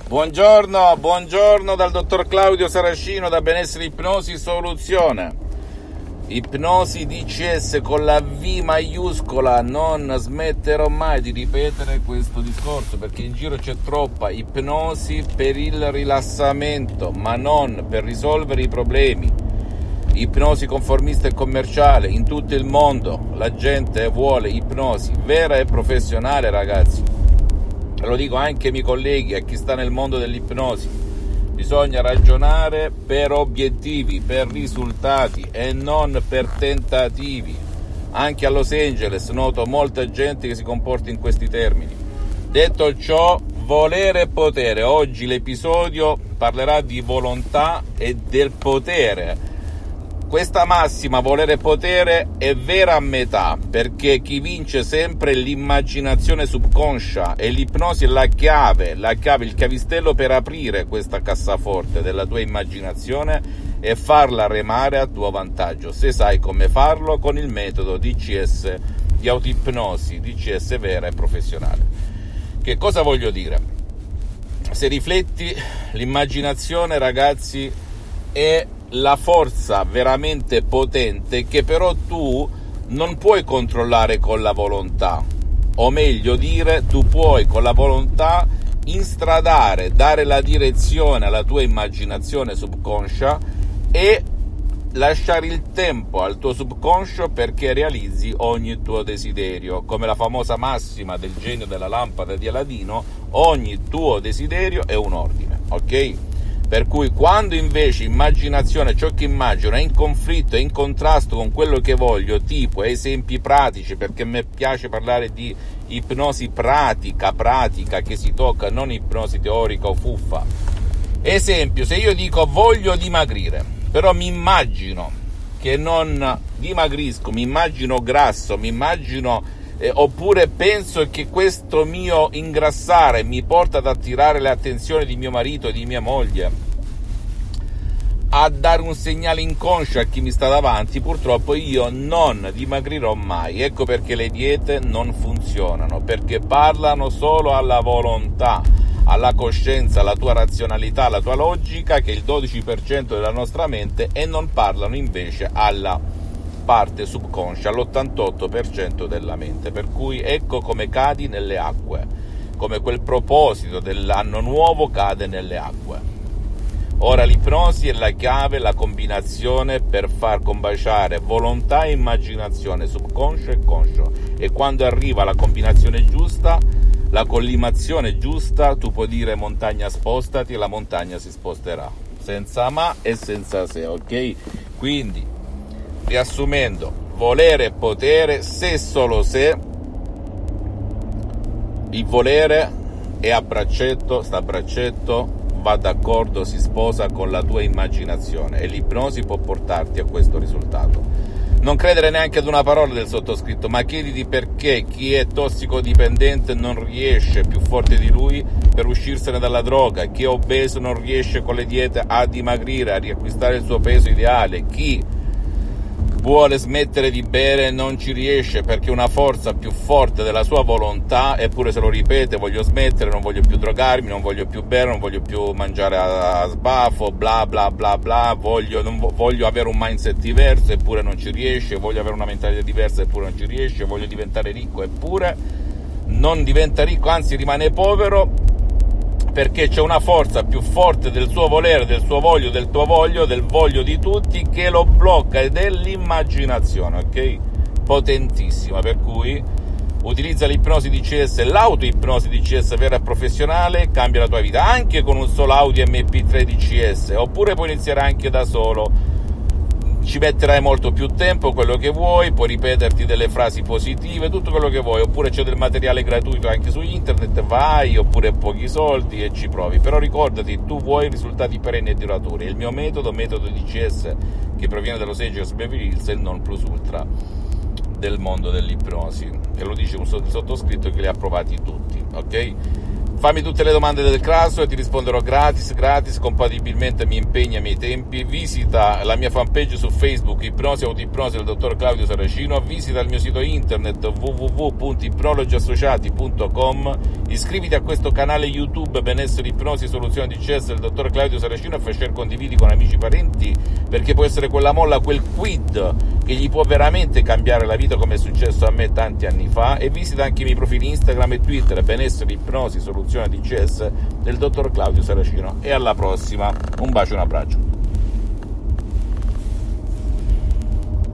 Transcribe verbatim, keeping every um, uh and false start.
Buongiorno, buongiorno dal dottor Claudio Saracino da Benessere Ipnosi Soluzione. Ipnosi D C S con la V maiuscola, non smetterò mai di ripetere questo discorso perché in giro c'è troppa ipnosi per il rilassamento, ma non per risolvere i problemi. Ipnosi conformista e commerciale in tutto il mondo, la gente vuole ipnosi vera e professionale, ragazzi. Lo dico anche ai miei colleghi, a chi sta nel mondo dell'ipnosi, bisogna ragionare per obiettivi, per risultati e non per tentativi. Anche a Los Angeles noto molta gente che si comporta in questi termini. Detto ciò, volere e potere. Oggi l'episodio parlerà di volontà e del potere. Questa massima, volere e potere, è vera a metà, perché chi vince sempre è l'immaginazione subconscia e l'ipnosi è la chiave, la chiave, il cavistello per aprire questa cassaforte della tua immaginazione e farla remare a tuo vantaggio, se sai come farlo con il metodo D C S di autoipnosi, D C S vera e professionale. Che cosa voglio dire? Se rifletti, l'immaginazione, ragazzi, è la forza veramente potente che però tu non puoi controllare con la volontà, o meglio dire, tu puoi con la volontà instradare, dare la direzione alla tua immaginazione subconscia e lasciare il tempo al tuo subconscio perché realizzi ogni tuo desiderio. Come la famosa massima del genio della lampada di Aladino, ogni tuo desiderio è un ordine, ok? Per cui quando invece immaginazione, ciò che immagino è in conflitto, è in contrasto con quello che voglio, tipo esempi pratici, perché a me piace parlare di ipnosi pratica, pratica che si tocca, non ipnosi teorica o fuffa. Esempio, se io dico voglio dimagrire, però mi immagino che non dimagrisco, mi immagino grasso, mi immagino... Eh, oppure penso che questo mio ingrassare mi porta ad attirare le attenzioni di mio marito e di mia moglie, a dare un segnale inconscio a chi mi sta davanti, purtroppo io non dimagrirò mai. Ecco perché le diete non funzionano, perché parlano solo alla volontà, alla coscienza, alla tua razionalità, alla tua logica, che è il dodici per cento della nostra mente, e non parlano invece alla parte subconscia, all'ottantotto per cento della mente. Per cui ecco come cadi nelle acque, come quel proposito dell'anno nuovo cade nelle acque. Ora l'ipnosi è la chiave, la combinazione per far combaciare volontà e immaginazione, subconscio e conscio, e quando arriva la combinazione giusta, la collimazione giusta, tu puoi dire montagna spostati e la montagna si sposterà, senza ma e senza se, ok? Quindi riassumendo, volere e potere, se solo se il volere è a braccetto, sta a braccetto, va d'accordo, si sposa con la tua immaginazione, e l'ipnosi può portarti a questo risultato. Non credere neanche ad una parola del sottoscritto, ma chiediti perché chi è tossicodipendente non riesce più forte di lui per uscirsene dalla droga, chi è obeso non riesce con le diete a dimagrire, a riacquistare il suo peso ideale, chi vuole smettere di bere non ci riesce perché una forza più forte della sua volontà, eppure se lo ripete: voglio smettere, non voglio più drogarmi, non voglio più bere, non voglio più mangiare a, a sbafo, bla bla bla bla, voglio, non vo- voglio avere un mindset diverso, eppure non ci riesce, voglio avere una mentalità diversa, eppure non ci riesce, voglio diventare ricco, eppure non diventa ricco, anzi rimane povero, perché c'è una forza più forte del suo volere, del suo voglio, del tuo voglio, del voglio di tutti, che lo blocca, ed è l'immaginazione, ok? Potentissima. Per cui utilizza l'ipnosi D C S, l'autoipnosi D C S vera e professionale, cambia la tua vita anche con un solo audio M P tre D C S, oppure puoi iniziare anche da solo. Ci metterai molto più tempo, quello che vuoi, puoi ripeterti delle frasi positive, tutto quello che vuoi, oppure c'è del materiale gratuito anche su internet, vai, oppure pochi soldi e ci provi. Però ricordati, tu vuoi risultati perenni e duraturi. Il mio metodo, metodo D C S, che proviene dallo Los Angeles Beverly Hills, è il non plus ultra del mondo dell'ipnosi, e lo dice un sottoscritto che li ha provati tutti, ok? Fammi tutte le domande del caso e ti risponderò gratis, gratis, compatibilmente ai miei impegni e ai miei tempi. Visita la mia fanpage su Facebook, Ipnosi Autoipnosi del dottor Claudio Saracino. Visita il mio sito internet w w w punto ipnologi associati punto com. Iscriviti a questo canale YouTube Benessere Ipnosi Soluzione di C S del dottor Claudio Saracino e fai share, condividi con amici e parenti, perché può essere quella molla, quel quid che gli può veramente cambiare la vita, come è successo a me tanti anni fa. E visita anche i miei profili Instagram e Twitter, Benessere Ipnosi Soluzione di C S del dottor Claudio Saracino. E alla prossima, un bacio e un abbraccio.